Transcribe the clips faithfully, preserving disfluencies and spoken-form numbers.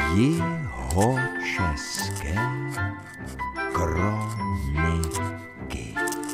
Jihočeské kroniky.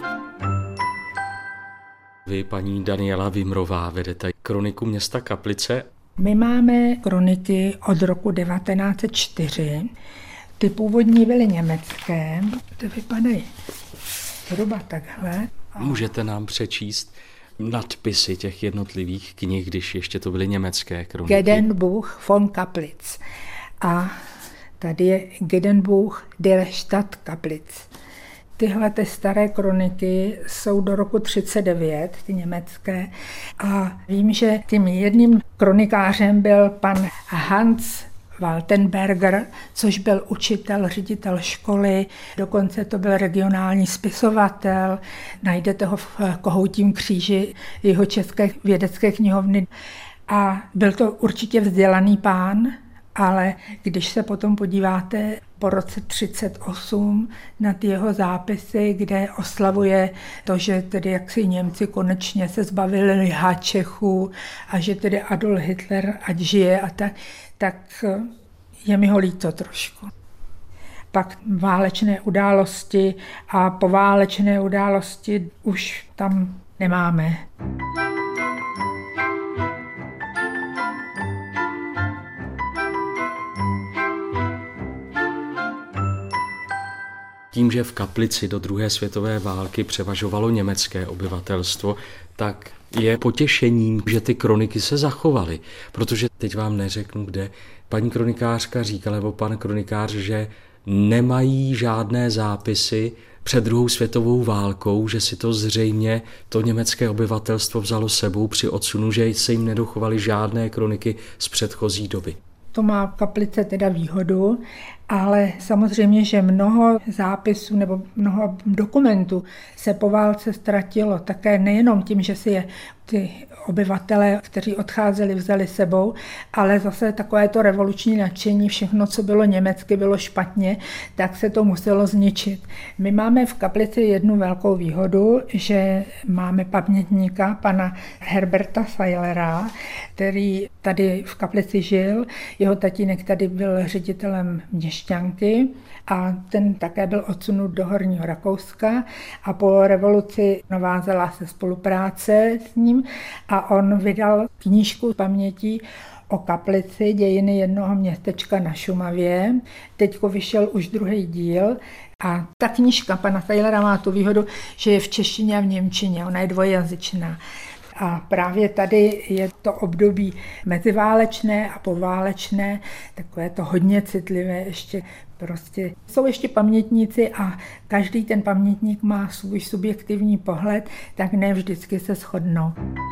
Vy, paní Daniela Vimrová, vedete kroniku města Kaplice. My máme kroniky od roku devatenáct set čtyři. Ty původní byly německé. Ty vypadají zhruba takhle. Můžete nám přečíst nadpisy těch jednotlivých knih, když ještě to byly německé kroniky? Gedenbuch von Kaplitz. A tady je Gedenbuch der Stadt Kaplitz. Tyhle ty staré kroniky jsou do roku třicet devět, ty německé. A vím, že tím jedním kronikářem byl pan Hans Waltenberger, což byl učitel, ředitel školy, dokonce to byl regionální spisovatel. Najdete ho v Kohoutím kříži Jihočeské vědecké knihovny. A byl to určitě vzdělaný pán, ale když se potom podíváte po roce třicet osm na ty jeho zápisy, kde oslavuje to, že tedy jaksi Němci konečně se zbavili liha Čechů a že tedy Adolf Hitler ať žije a tak, tak je mi ho líto trošku. Pak válečné události a poválečné události už tam nemáme. Tím, že v Kaplici do druhé světové války převažovalo německé obyvatelstvo, tak je potěšením, že ty kroniky se zachovaly. Protože teď vám neřeknu, kde paní kronikářka říkala, nebo pan kronikář, že nemají žádné zápisy před druhou světovou válkou, že si to zřejmě to německé obyvatelstvo vzalo sebou při odsunu, že se jim nedochovaly žádné kroniky z předchozí doby. To má Kaplice teda výhodu, ale samozřejmě, že mnoho zápisů nebo mnoho dokumentů se po válce ztratilo také nejenom tím, že si je ty obyvatelé, kteří odcházeli, vzali sebou, ale zase takové to revoluční nadšení, všechno, co bylo německy, bylo špatně, tak se to muselo zničit. My máme v Kaplici jednu velkou výhodu, že máme pamětníka pana Herberta Seilera, který tady v Kaplici žil. Jeho tatínek tady byl ředitelem měšťanky a ten také byl odsunut do Horního Rakouska a po revoluci navázala se spolupráce s ním a on vydal knížku pamětí o Kaplici, dějiny jednoho městečka na Šumavě. Teďko vyšel už druhý díl a ta knížka pana Seilera má tu výhodu, že je v češtině a v němčině, ona je dvojjazyčná. A právě tady je to období meziválečné a poválečné, takové to hodně citlivé ještě. Prostě jsou ještě pamětníci a každý ten pamětník má svůj subjektivní pohled, tak ne vždycky se shodnou.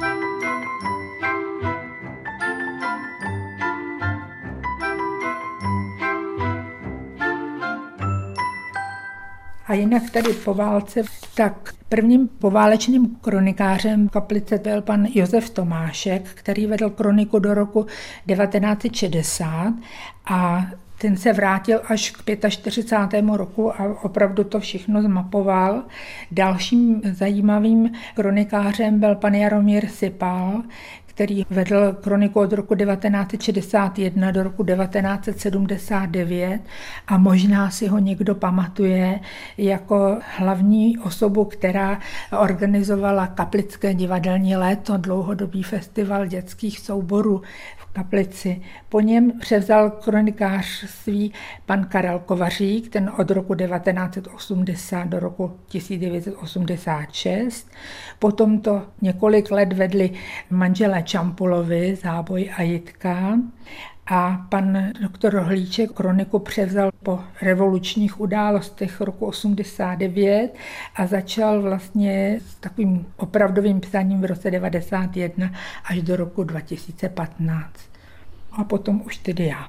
A jinak tady po válce, tak prvním poválečným kronikářem Kaplice byl pan Josef Tomášek, který vedl kroniku do roku devatenáct set šedesát a ten se vrátil až k čtyřicátému pátému roku a opravdu to všechno zmapoval. Dalším zajímavým kronikářem byl pan Jaromír Sipal, který vedl kroniku od roku devatenáct set šedesát jedna do roku devatenáct set sedmdesát devět a možná si ho někdo pamatuje jako hlavní osobu, která organizovala Kaplické divadelní léto, dlouhodobý festival dětských souborů v Kaplici. Po něm převzal kronikářství pan Karel Kovařík, ten od roku devatenáct set osmdesát do roku tisíc devět set osmdesát šest. Potom to několik let vedli manželé Čampulovi, Záboj a Jitka. A pan doktor Rohlíček kroniku převzal po revolučních událostech roku osmdesát devět a začal vlastně s takovým opravdovým psaním v roce devadesát jedna až do roku dva tisíce patnáct. A potom už tedy já.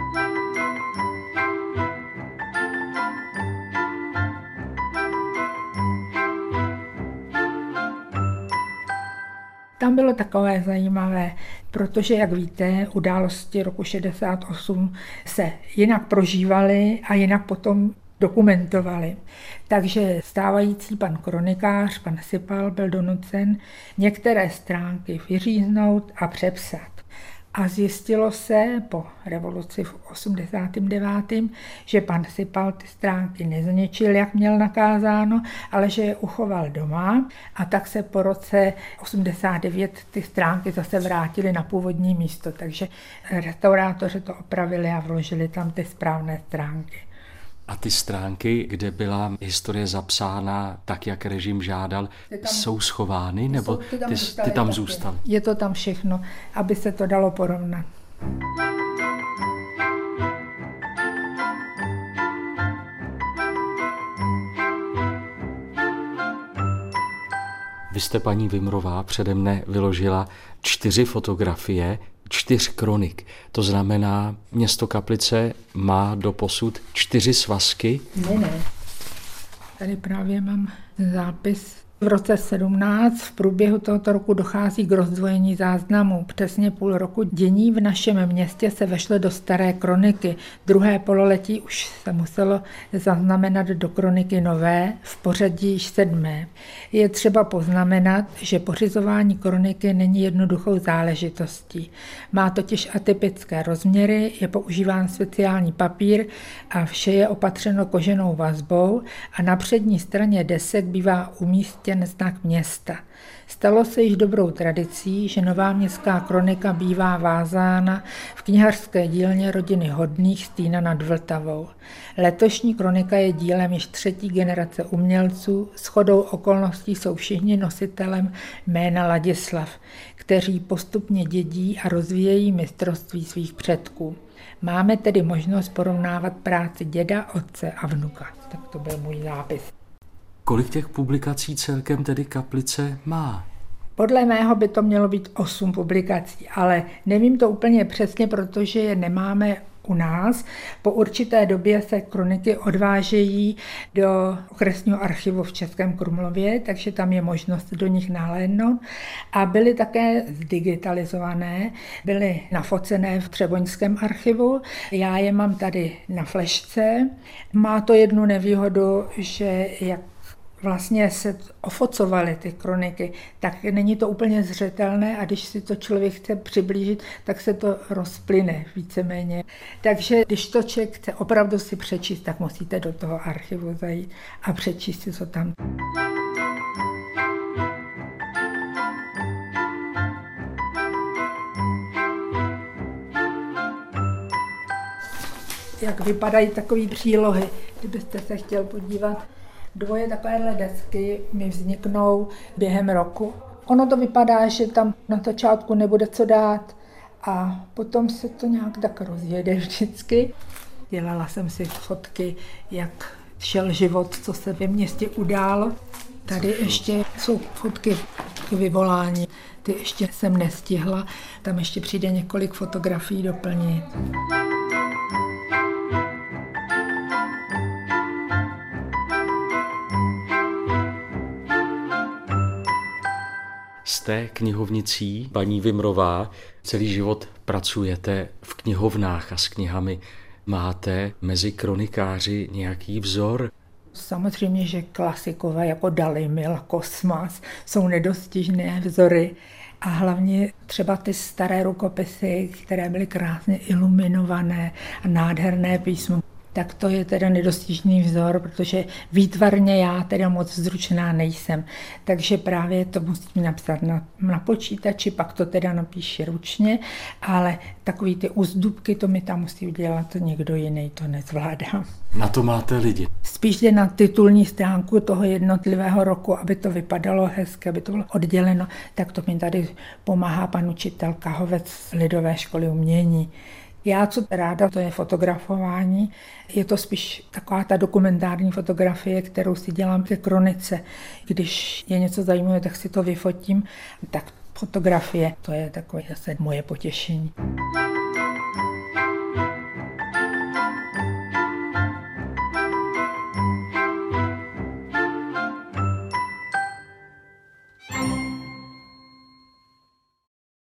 Tam bylo takové zajímavé, protože, jak víte, události roku šedesát osm se jinak prožívaly a jinak potom dokumentovaly. Takže stávající pan kronikář, pan Sipal, byl donucen některé stránky vyříznout a přepsat. A zjistilo se po revoluci v osmdesátém devátém že pan Sipal ty stránky nezničil, jak měl nakázáno, ale že je uchoval doma a tak se po roce osmdesát devět ty stránky zase vrátily na původní místo, takže restaurátoři to opravili a vložili tam ty správné stránky. A ty stránky, kde byla historie zapsána tak, jak režim žádal, tam, jsou schovány, nebo ty tam, ty, ty tam zůstaly? Je to tam všechno, aby se to dalo porovnat. Vy jste, paní Vimrová, přede mne vyložila čtyři fotografie, čtyř kronik. To znamená, město Kaplice má doposud čtyři svazky? Ne, ne. Tady právě mám zápis. V roce sedmnáct v průběhu tohoto roku dochází k rozdvojení záznamů. Přesně půl roku dění v našem městě se vešlo do staré kroniky. Druhé pololetí už se muselo zaznamenat do kroniky nové, v pořadí již sedmé. Je třeba poznamenat, že pořizování kroniky není jednoduchou záležitostí. Má totiž atypické rozměry, je používán speciální papír a vše je opatřeno koženou vazbou a na přední straně desek bývá umístěn znak města. Stalo se již dobrou tradicí, že nová městská kronika bývá vázána v knihařské dílně rodiny Hodných Stýna nad Vltavou. Letošní kronika je dílem již třetí generace umělců, shodou okolností jsou všichni nositelem jména Ladislav, kteří postupně dědí a rozvíjejí mistrovství svých předků. Máme tedy možnost porovnávat práci děda, otce a vnuka. Tak to byl můj zápis. Kolik těch publikací celkem tedy Kaplice má? Podle mého by to mělo být osm publikací, ale nevím to úplně přesně, protože je nemáme u nás. Po určité době se kroniky odvážejí do okresního archivu v Českém Krumlově, takže tam je možnost do nich nahlédnout. A byly také zdigitalizované, byly nafocené v Třeboňském archivu. Já je mám tady na flešce. Má to jednu nevýhodu, že jak vlastně se ofocovaly ty kroniky, tak není to úplně zřetelné a když si to člověk chce přiblížit, tak se to rozplyne víceméně. Takže když to člověk chce opravdu si přečíst, tak musíte do toho archivu zajít a přečíst si to tam. Jak vypadají takové přílohy, kdybyste se chtěl podívat. Dvoje takovéhle desky mi vzniknou během roku. Ono to vypadá, že tam na začátku nebude co dát a potom se to nějak tak rozjede vždycky. Dělala jsem si fotky, jak šel život, co se ve městě událo. Tady ještě jsou fotky k vyvolání, ty ještě jsem nestihla, tam ještě přijde několik fotografií doplnit. Jste knihovnicí, paní Vimrová, celý život pracujete v knihovnách a s knihami. Máte mezi kronikáři nějaký vzor? Samozřejmě, že klasikové jako Dalymil, Kosmas jsou nedostižné vzory a hlavně třeba ty staré rukopisy, které byly krásně iluminované a nádherné písmo. Tak to je teda nedostižný vzor, protože výtvarně já teda moc zručná nejsem. Takže právě to musím napsat na, na počítači, pak to teda napíši ručně, ale takový ty úzdubky, to mi tam musí udělat někdo jiný, to nezvládá. Na to máte lidi? Spíš jde na titulní stránku toho jednotlivého roku, aby to vypadalo hezky, aby to bylo odděleno, tak to mi tady pomáhá pan učitel Kahovec z Lidové školy umění. Já, co ráda, to je fotografování. Je to spíš taková ta dokumentární fotografie, kterou si dělám ke kronice. Když je něco zajímavé, tak si to vyfotím. Tak fotografie, to je takové zase moje potěšení.